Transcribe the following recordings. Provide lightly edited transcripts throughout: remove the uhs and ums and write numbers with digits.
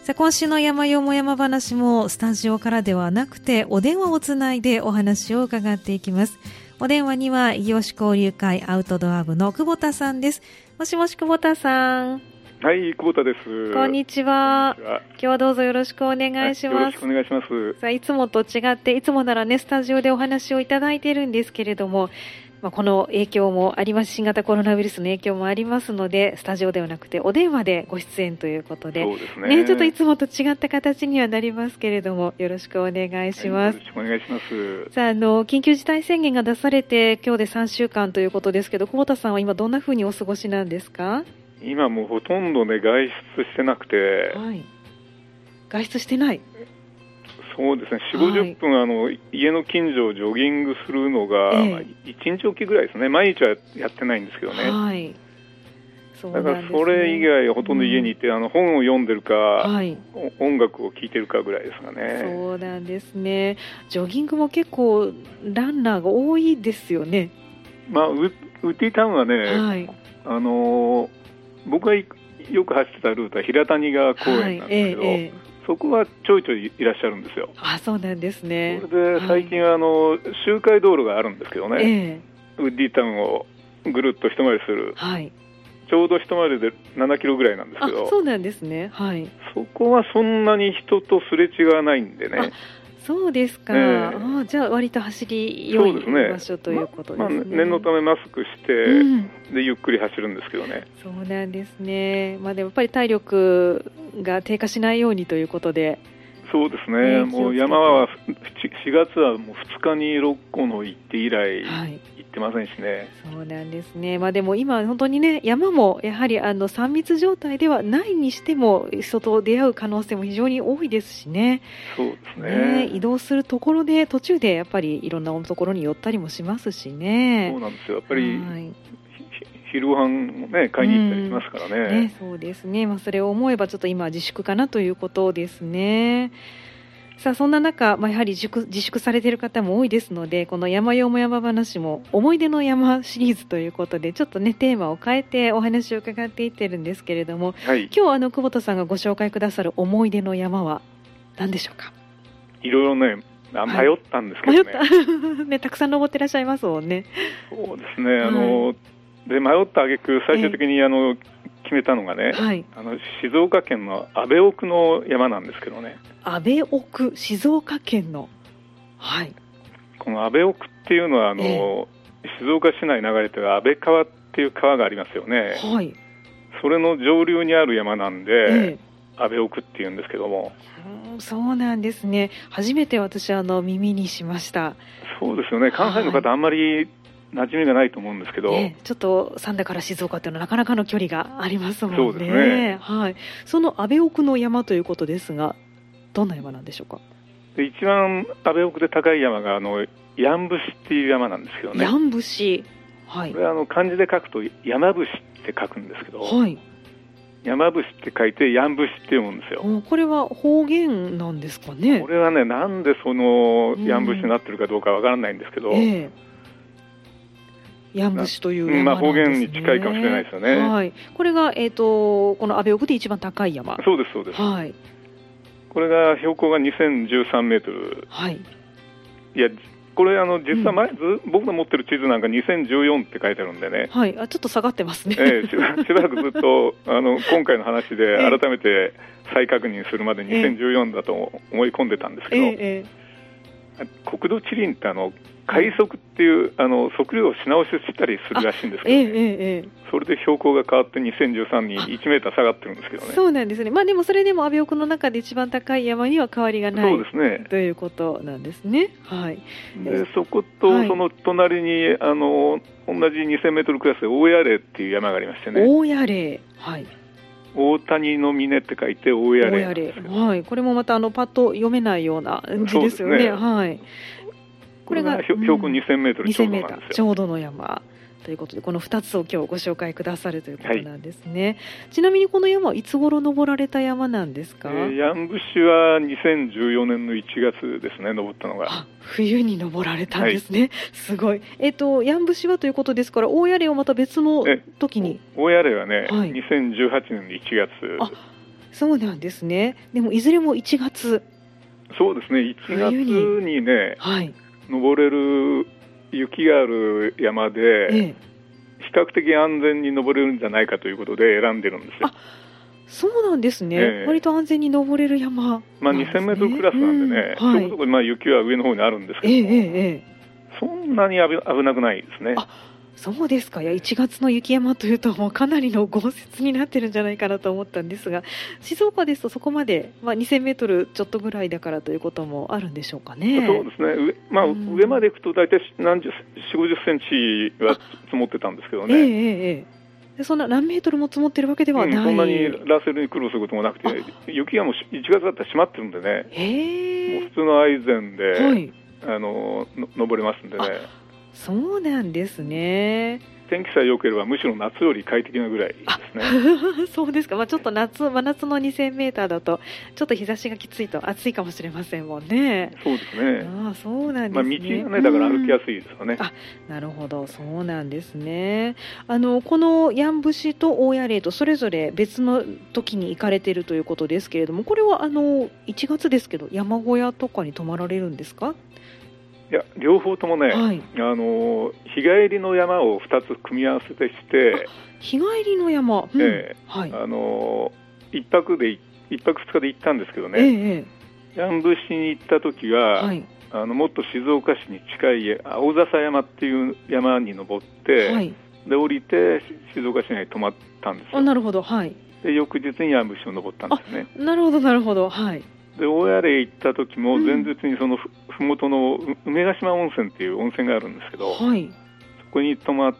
さあ、今週の山よも山話もスタジオからではなくてお電話をつないでお話を伺っていきます。お電話には異業種交流会アウトドア部の久保田さんです。もしもし、久保田さん。 はい、久保田です。 こんにちは。今日はどうぞよろしくお願いします。 よろしくお願いします。 さあ、いつもと違って、いつもならね、スタジオでお話をいただいているんですけれども、この影響もあります、新型コロナウイルスの影響もありますので、スタジオではなくてお電話でご出演ということで、 そうですね。 ちょっといつもと違った形にはなりますけれども、よろしくお願いします。 よろしくお願いします。 さあ、緊急事態宣言が出されて、今日で3週間ということですけど、久保田さんは今どんな風にお過ごしなんですか？ 今もうほとんどね、外出してなくて。 はい。外出してない？ そうですね、4、50分、家の近所をジョギングするのが、1日おきぐらいですね。毎日はやってないんですけどね。 はい。そうなんですね。 だからそれ以外ほとんど家にいて、本を読んでるか、はい、音楽を聴いてるかぐらいですかね。 そうなんですね。ジョギングも結構ランナーが多いですよね。 ウッディタウンはね、はい、僕がよく走ってたルートは平谷川公園なんですけど、そこはちょいちょいいらっしゃるんですよ。 あ、そうなんですね。 それで最近は周回道路があるんですけどね、ウッディタウンをぐるっと一回りする、はい、ちょうど一回りで7キロぐらいなんですけど。 そうなんですね。はい。 そこはそんなに人とすれ違わないんでね。 そうですか。じゃあ割と走り良い場所ということですね。 念のためマスクして、でゆっくり走るんですけどね。 そうなんですね。でもやっぱり体力が低下しないようにということで。 そうですね。もう山は4月はもう2日に6個の行って以来行ってませんしね。 そうなんですね。でも今本当にね、山もやはり3密状態ではないにしても人と出会う可能性も非常に多いですしね。 そうですね。 移動するところで途中でやっぱりいろんなところに寄ったりもしますしね。 そうなんですよ。やっぱり昼ご飯もね買いに行ったりしますからね。 そうですね。それを思えばちょっと今自粛かなということですね。さあ、そんな中、やはり自粛されている方も多いですので、この山よも山話も思い出の山シリーズということで、ちょっとねテーマを変えてお話を伺っていってるんですけれども、はい、今日久保田さんがご紹介くださる思い出の山は何でしょうか？ いろいろね迷ったんですけどね。 たくさん登ってらっしゃいますもんね。 そうですね。で迷った挙句最終的に決めたのがね、はい、静岡県の安倍奥の山なんですけどね。 安倍奥、静岡県の、はい、 この安倍奥っていうのは静岡市内に流れている安倍川っていう川がありますよね。はい、それの上流にある山なんで、安倍奥っていうんですけども。 そうなんですね。初めて私耳にしました。 そうですよね。関西の方あんまり馴染みがないと思うんですけど、 ちょっと三田から静岡っていうのはなかなかの距離がありますもんね。 そうですね。 はい。その安倍奥の山ということですが、どんな山なんでしょうか？ で一番安倍奥で高い山がやんぶしっていう山なんですけどね。 やんぶし、はい。 これ漢字で書くと山伏って書くんですけど、はい。山伏って書いてやんぶしって読むんですよ。 これは方言なんですかね？ これはね、なんでそのやんぶしになってるかどうかわからないんですけど、 やんぶしという山なんですね。 方言に近いかもしれないですよね。 はい。これがこの安倍奥で一番高い山。 そうですそうです。 はい。 これが標高が2013メートル。はい。いやこれ実は僕の持ってる地図なんか2014って書いてあるんでね。 はい。ちょっと下がってますね。 しばらくずっと今回の話で改めて再確認するまで2014だと思い込んでたんですけど、国土地理院って海測っていう測量をし直ししたりするらしいんですけどね。それで標高が変わって2013に1メーター下がってるんですけどね。 そうなんですね。でもそれでも安倍奥の中で一番高い山には変わりがない。 そうですね。 ということなんですね。はい。 でそことその隣に同じ2000メートルクラスで大谷嶺っていう山がありましてね。 大谷嶺。はい。 大谷の峰って書いて大谷嶺。 大谷嶺。はい。これもまたパッと読めないような字ですよね。はい。 これが標高2000メートルちょうどなんですよ。 ちょうどの山ということで、この2つを今日ご紹介くださるということなんですね。はい、ちなみにこの山はいつ頃登られた山なんですか？ やんぶしは2014年の1月ですね、登ったのが。 冬に登られたんですね。はい、すごい。やんぶしはということですから、大谷嶺はまた別の時に。 大谷嶺はね、2018年の1月。 そうなんですね。でもいずれも1月。 そうですね、1月にね、はい、登れる雪がある山で、比較的安全に登れるんじゃないかということで選んでるんですよ。 あ、そうなんですね。割と安全に登れる山、 まあ、2000メートルクラスなんでね、はい、そこそこまあ雪は上の方にあるんですけども、そんなに危なくないですね。 そうですか。いや、1月の雪山というともうかなりの豪雪になってるんじゃないかなと思ったんですが、静岡ですとそこまで、2000メートルちょっとぐらいだからということもあるんでしょうかね。 そうですね。上まで行くと大体40、50センチは積もってたんですけどね。 でそんな何メートルも積もってるわけではない。 そんなにラセルに苦労することもなくて、雪がもう1月だったら閉まってるんでね、もう普通のアイゼンで、はい、登れますんでね。 そうなんですね。 天気さえ良ければむしろ夏より快適なぐらいですね。 そうですか。ちょっと真夏の2000メーターだとちょっと日差しがきついと暑いかもしれませんもんね。 そうですね。 そうなんですね。 道がね、だから歩きやすいですよね。 なるほど、そうなんですね。このヤンブシと大谷霊とそれぞれ別の時に行かれているということですけれども、これは1月ですけど山小屋とかに泊まられるんですか？ いや、両方ともね、はい、日帰りの山を2つ組み合わせてして、 日帰りの山、はい、 1泊2日で行ったんですけどね、ヤンブシに行った時は、はい、もっと静岡市に近い青笹山っていう山に登って、はい、で降りて静岡市内に泊まったんですよ。 なるほど、はい、 で翌日にヤンブシを登ったんですね。 なるほどなるほど、はい。 で大谷霊行った時も前日にそのふもとの梅ヶ島温泉っていう温泉があるんですけど、はい、そこに泊まって、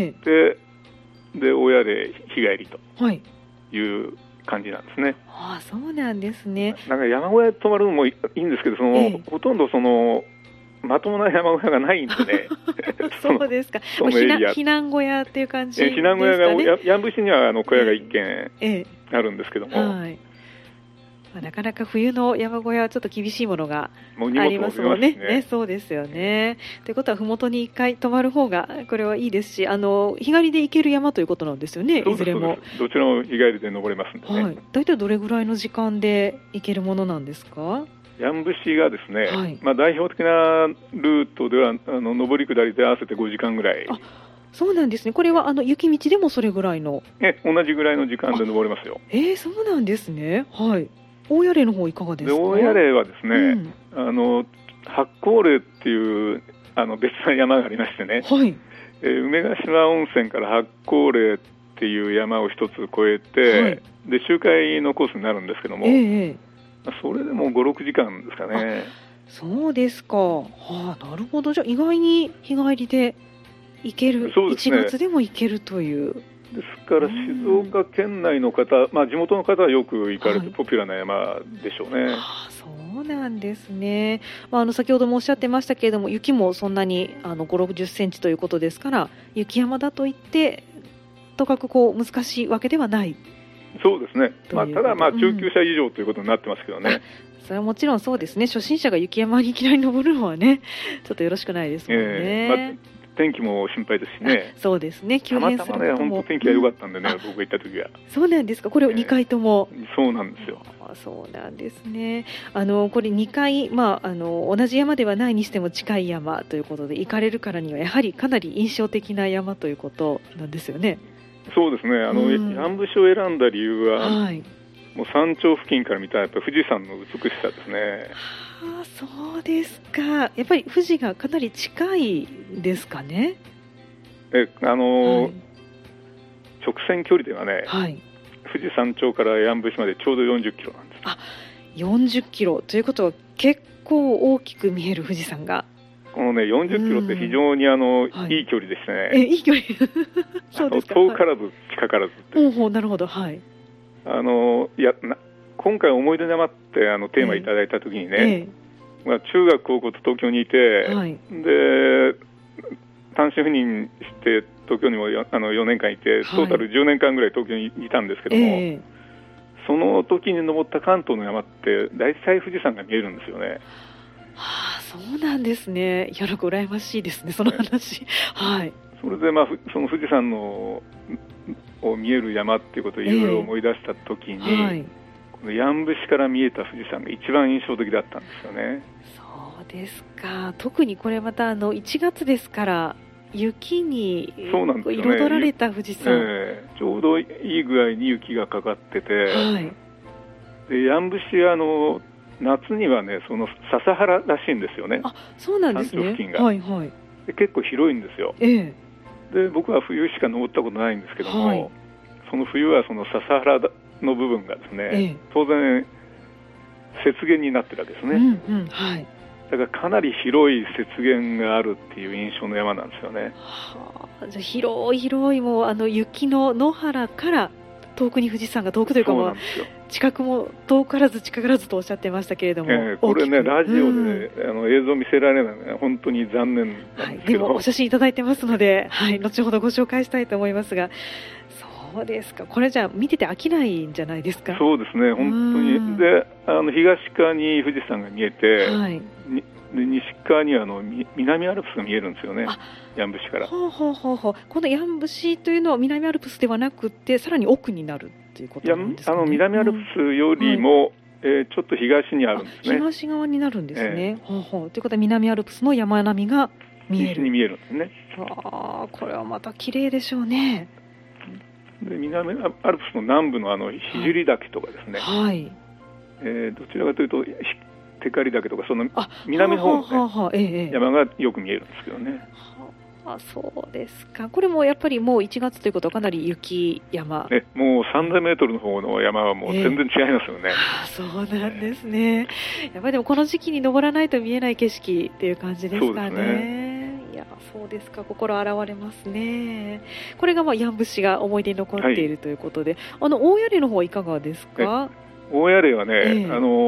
で大谷霊日帰りという感じなんですね。 そうなんですね。 なんか山小屋泊まるのもいいんですけど、ほとんどまともな山小屋がないんでね。 そうですか。避難小屋っていう感じですかね。 避難小屋がヤンブシには小屋が1軒あるんですけども、 なかなか冬の山小屋はちょっと厳しいものがありますもんね。そうですよね。ということは麓に1回泊まる方がこれはいいですし、日帰りで行ける山ということなんですよね。いずれもどちらも日帰りで登れますんでね。はい、 だいたいどれぐらいの時間で行けるものなんですか？ ヤンブシがですね、はい、代表的なルートでは上り下りで合わせて5時間ぐらい。 そうなんですね。これは雪道でもそれぐらいの、 同じぐらいの時間で登れますよ。 そうなんですね。はい。大谷霊の方いかがですか？ 大谷霊はですね、八甲霊っていう別な山がありましてね、はい、梅ヶ島温泉から八甲霊っていう山を一つ越えて、はい、で周回のコースになるんですけども、それでも5、6時間ですかね。 そうですか。なるほど。じゃあ意外に日帰りで行ける、1月でも行けるという。 ですから静岡県内の方、地元の方はよく行かれてポピュラーな山でしょうね。 そうなんですね。先ほどもおっしゃってましたけれども、雪もそんなに5、60センチということですから、雪山だといってとかく難しいわけではない。 そうですね。ただ中級者以上ということになってますけどね。 それはもちろんそうですね。初心者が雪山にいきなり登るのはね、ちょっとよろしくないですもんね。 天気も心配ですしね。 そうですね。急変することも。 たまたまね、本当天気が良かったんでね、僕が行った時は。 そうなんですか。これを2回とも。 そうなんですよ。 そうなんですね。これ2回、同じ山ではないにしても近い山ということで行かれるからにはやはりかなり印象的な山ということなんですよね。 そうですね。ヤンブシを選んだ理由は、もう山頂付近から見たやっぱ富士山の美しさですね。 そうですか。やっぱり富士がかなり近いですかね。 直線距離ではね、富士山頂からヤンブシまでちょうど40キロなんです。 40キロということは結構大きく見える富士山が。 このね40キロって非常にいい距離でしたね。 いい距離。そうですか。 遠からず近からずって。 なるほど。はい。 今回思い出の山ってテーマいただいたときにね、中学高校と東京にいて、で単身赴任して東京にも4年間いて、トータル10年間ぐらい東京にいたんですけども、その時に登った関東の山って大体富士山が見えるんですよね。 そうなんですね。よく羨ましいですね、その話。はい。 それでその富士山のを見える山っていうことをいろいろ思い出した時に、 山伏から見えた富士山が一番印象的だったんですよね。 そうですか。特にこれまた1月ですから雪に彩られた富士山、 ちょうどいい具合に雪がかかってて、 はい、 で山伏は夏にはね、その笹原らしいんですよね。 あ、そうなんですね。 山頂付近が、 はいはい、 で結構広いんですよ。で僕は冬しか登ったことないんですけども、はい、その冬はその笹原の部分がですね、当然雪原になってるわけですね。 はい、 だからかなり広い雪原があるっていう印象の山なんですよね。 はあ、じゃあ広いもう雪の野原から遠くに富士山が、遠くというかもう近くも遠からず近からずとおっしゃってましたけれども、 これねラジオで、映像見せられないのは本当に残念なんですけど、 でもお写真いただいてますので、後ほどご紹介したいと思いますが、そうですか。これじゃあ見てて飽きないんじゃないですか。 そうですね、本当に。で東側に富士山が見えて、で西側には南アルプスが見えるんですよね、山伏から。 この山伏というのは南アルプスではなくてさらに奥になるということなんですかね。 南アルプスよりも、ちょっと東にあるんですね。 東側になるんですね。ということは南アルプスの山並みが見える。 西に見えるんですね。 これはまた綺麗でしょうね。 で南アルプスの南部の聖岳とかですね、どちらかというとテカリ岳とかその南の方の、山がよく見えるんですけどね。 そうですか。これもやっぱりもう1月ということはかなり雪山、 もう3000メートルの方の山はもう全然違いますよね。 そうなんですね。やっぱりでもこの時期に登らないと見えない景色っていう感じですかね。そうですね。いや、そうですか。心洗われますね。これが山伏が思い出に残っているということで、大谷の方はいかがですか。 大谷はね、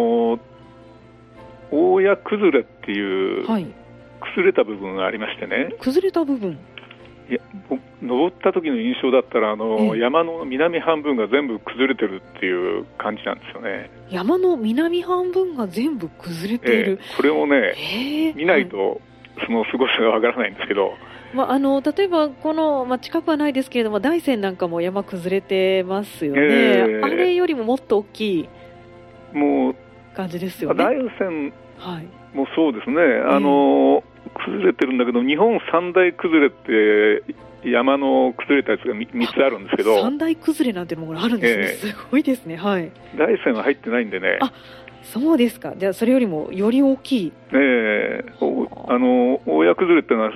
大谷崩れっていう、崩れた部分がありましてね。 崩れた部分。 いや、登った時の印象だったら山の南半分が全部崩れてるっていう感じなんですよね。 山の南半分が全部崩れている。 これをね、見ないとその凄さがわからないんですけど、 例えばこの、近くはないですけれども大山なんかも山崩れてますよね。あれよりももっと大きい感じですよね。 大山もそうですね、崩れてるんだけど、日本三大崩れって山の崩れたやつが 3つあるんですけど、 三大崩れなんていうのもあるんですね。すごいですね。大山は入ってないんでね。 そうですか。じゃあそれよりもより大きい。 大谷崩れっていうのは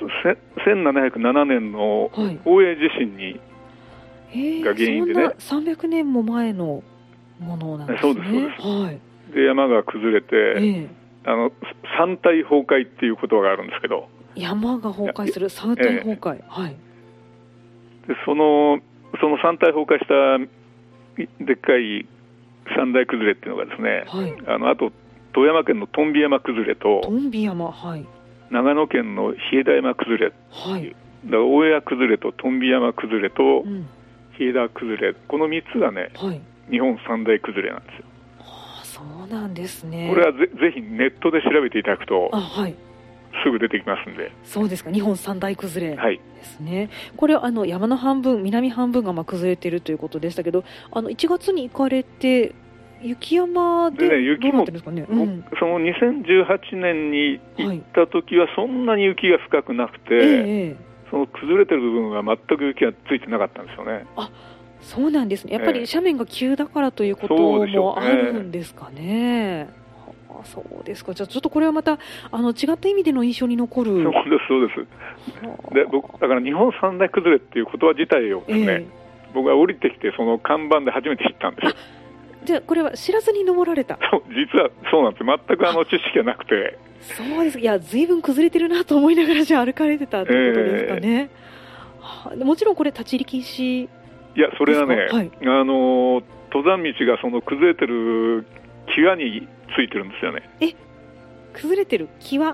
1707年の大江地震が原因でね、 そんな300年も前のものなんですね。 そうですそうです。で山が崩れて、山体崩壊っていう言葉があるんですけど、 山が崩壊する山体崩壊、 でその山体崩壊したでっかい三大崩れっていうのがですね、あと富山県のトンビ山崩れと長野県の日枝山崩れっていう、だから大谷崩れとトンビ山崩れと日枝崩れ、この3つがね、日本三大崩れなんですよ。 そうなんですね。 これは ぜひネットで調べていただくと、すぐ出てきますんで。 そうですか。日本三大崩れですね。これは山の半分、南半分が崩れているということでしたけど、1月に行かれて雪山でどうなってるんですかね。 その2018年に行った時はそんなに雪が深くなくて、その崩れてる部分は全く雪がついてなかったんですよね。 そうなんですね。やっぱり斜面が急だからということもあるんですかね。そうですか。じゃあちょっとこれはまた違った意味での印象に残る。 そうですで、僕だから日本三大崩れっていう言葉自体をですね、僕は降りてきてその看板で初めて知ったんですよ。 じゃあこれは知らずに登られた。 実はそうなんです。全く知識がなくて。 そうです。いや、随分崩れてるなと思いながらじゃあ歩かれてたということですかね。もちろんこれ立ち入り禁止。 いや、それはね、登山道がその崩れてる際についてるんですよね。 崩れてる際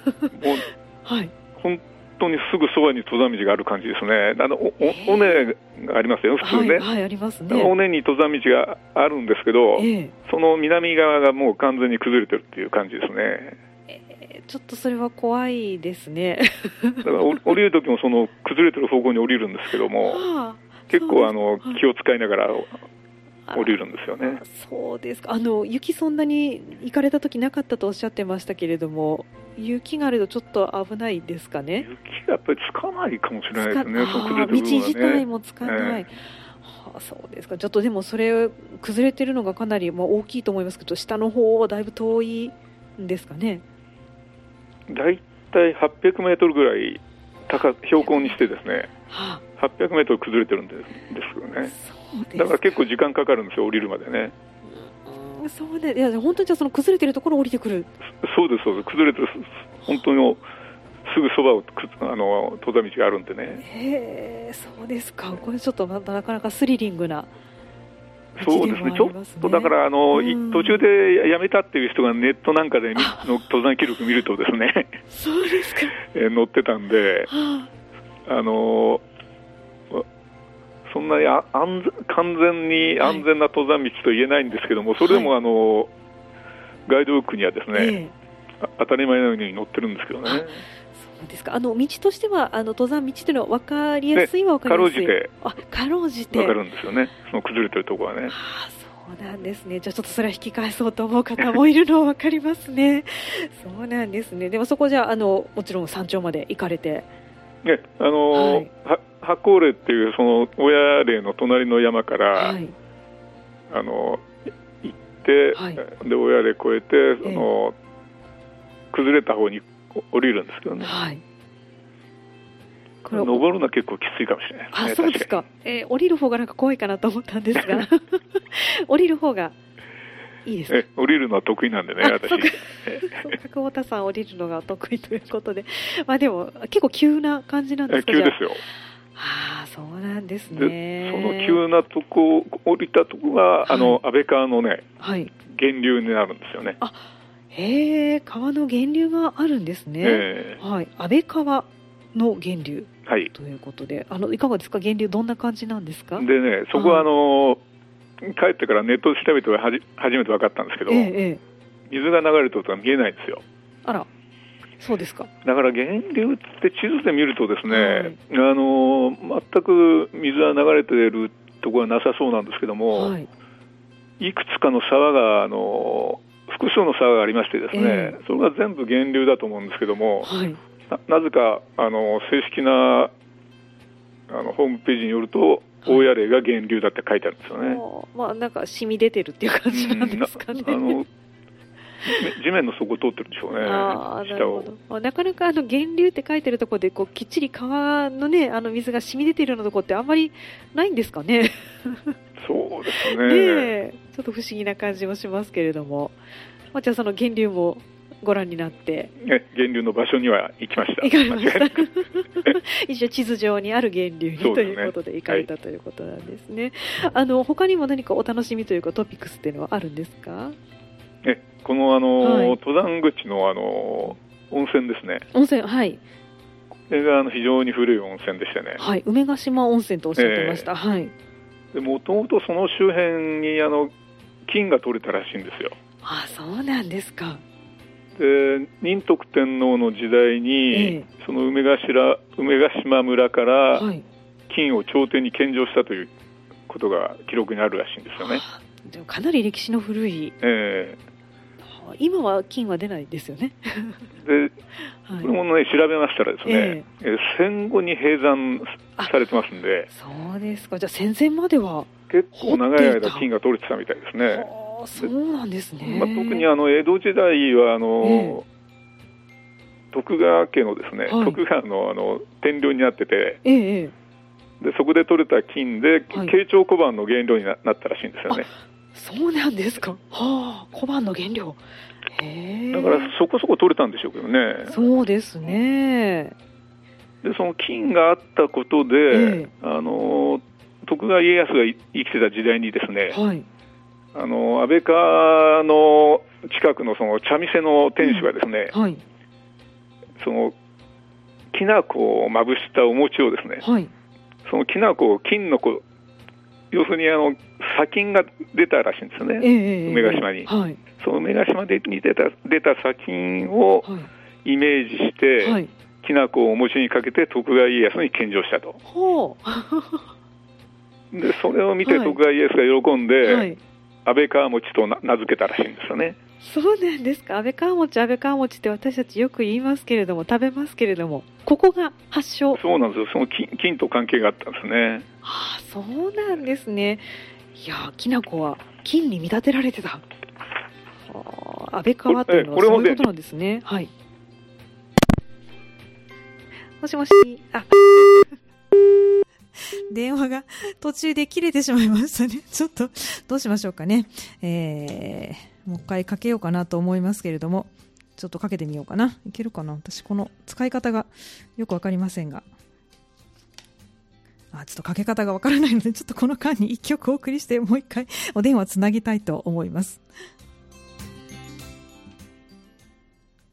本当にすぐそばに登山道がある感じですね。尾根がありますよ、普通ね。 ありますね。 尾根に登山道があるんですけど、その南側がもう完全に崩れてるっていう感じですね。 ちょっとそれは怖いですね。 だから降りる時もその崩れてる方向に降りるんですけども、結構気を使いながら降りるんですよね。 そうですか。雪そんなに行かれた時なかったとおっしゃってましたけれども、雪があるとちょっと危ないですかね。 雪がやっぱりつかないかもしれないですね。 道自体もつかない。そうですか。ちょっとでもそれ崩れてるのがかなり大きいと思いますけど、下の方はだいぶ遠いんですかね。 だいたい800メートルぐらい標高にしてですね、800メートル崩れてるんですよね。だから結構時間かかるんですよ、降りるまでね。 そうね。いや本当にじゃあその崩れてるところを降りてくる。 そうですそうです。崩れてる本当にすぐそばを登山道があるんでね。 そうですか。これちょっとなかなかスリリングな。 そうですね。ちょっとだから途中でやめたっていう人がネットなんかでの登山記録見るとですねそうですか載ってたんで、そんなに完全に安全な登山道と言えないんですけども、それでもガイドブックにはですね、当たり前のように載ってるんですけどね。 そうですか。道としては登山道というのは分かりやすいは分かりやすい。かろうじて分かるんですよね。その崩れてるところはね。 そうなんですね。じゃあちょっとそれは引き返そうと思う方もいるのは分かりますね。そうなんですね。でもそこじゃあもちろん山頂まで行かれて。 ね、八甲嶺っていうその親嶺の隣の山から、行って、で親嶺越えて崩れた方に降りるんですけどね。登るのは結構きついかもしれないですね。 そうですか。降りる方がなんか怖いかなと思ったんですが降りる方がいいですか。 降りるのは得意なんでね、私。 角太さん降りるのが得意ということで、でも結構急な感じなんですか。 急ですよ。 そうなんですね。 その急なとこ降りたとこが安倍川のね、源流になるんですよね。 川の源流があるんですね。安倍川の源流ということで、いかがですか。源流どんな感じなんですか。 でね、そこは帰ってからネットで調べて初めて分かったんですけど、水が流れるとは見えないんですよ。 あら、そうですか。 だから源流って地図で見るとですね、全く水が流れているところはなさそうなんですけども、いくつかの沢が複数の沢がありましてですね、それが全部源流だと思うんですけども、なぜか正式なホームページによると大谷嶺が源流だって書いてあるんですよね。 なんか染み出てるっていう感じなんですかね。 地面の底通ってるでしょうね。下をなかなか源流って書いてるところできっちり川のね水が染み出てるようなところってあんまりないんですかね。 そうですね。 ちょっと不思議な感じもしますけれども、じゃあその源流もご覧になって、 源流の場所には行きました。 行かれました一応地図上にある源流にということで行かれたということなんですね。他にも何かお楽しみというかトピックスっていうのはあるんですか。 この登山口の温泉ですね。 温泉、これが非常に古い温泉でしてね。 梅ヶ島温泉とおっしゃってました。 もともとその周辺に金が取れたらしいんですよ。 そうなんですか。 で仁徳天皇の時代に、その梅ヶ島村から金を朝廷に献上したということが記録にあるらしいんですよね。 でもかなり歴史の古い。今は金は出ないですよね。 で、これもね調べましたらですね、戦後に閉山されてますんで。 そうですか。じゃあ戦前までは結構長い間金が取れてたみたいですね。 そうなんですね。 特に江戸時代は徳川家のですね、徳川の天領になってて、でそこで取れた金で慶長小判の原料になったらしいんですよね。 そうなんですか。小判の原料。 だからそこそこ取れたんでしょうけどね。 そうですね。 でその金があったことで、徳川家康が生きてた時代にですね、安倍川の近くのその茶店の店主がですね、そのきな粉をまぶしたお餅をですね、そのきな粉を金の粉、要するに砂金が出たらしいんですよね、梅ヶ島に。その梅ヶ島に出た砂金をイメージして、きな粉をお餅にかけて徳川家康に献上したと。 でそれを見て徳川家康が喜んで、安倍川餅と名付けたらしいんですよね。 そうなんですか。安倍川餅って私たちよく言いますけれども、食べますけれども、ここが発祥。 そうなんですよ。その金と関係があったんですね。 ああ、そうなんですね。いや、きな粉は金に見立てられてた。安倍川というのはそういうことなんですね。はい。もしもし。電話が途中で切れてしまいましたね。ちょっとどうしましょうかね。もう一回かけようかなと思いますけれども、ちょっとかけてみようかな。いけるかな。私この使い方がよくわかりませんが、ちょっとかけ方がわからないので、ちょっとこの間に一曲お送りしてもう一回お電話つなぎたいと思います。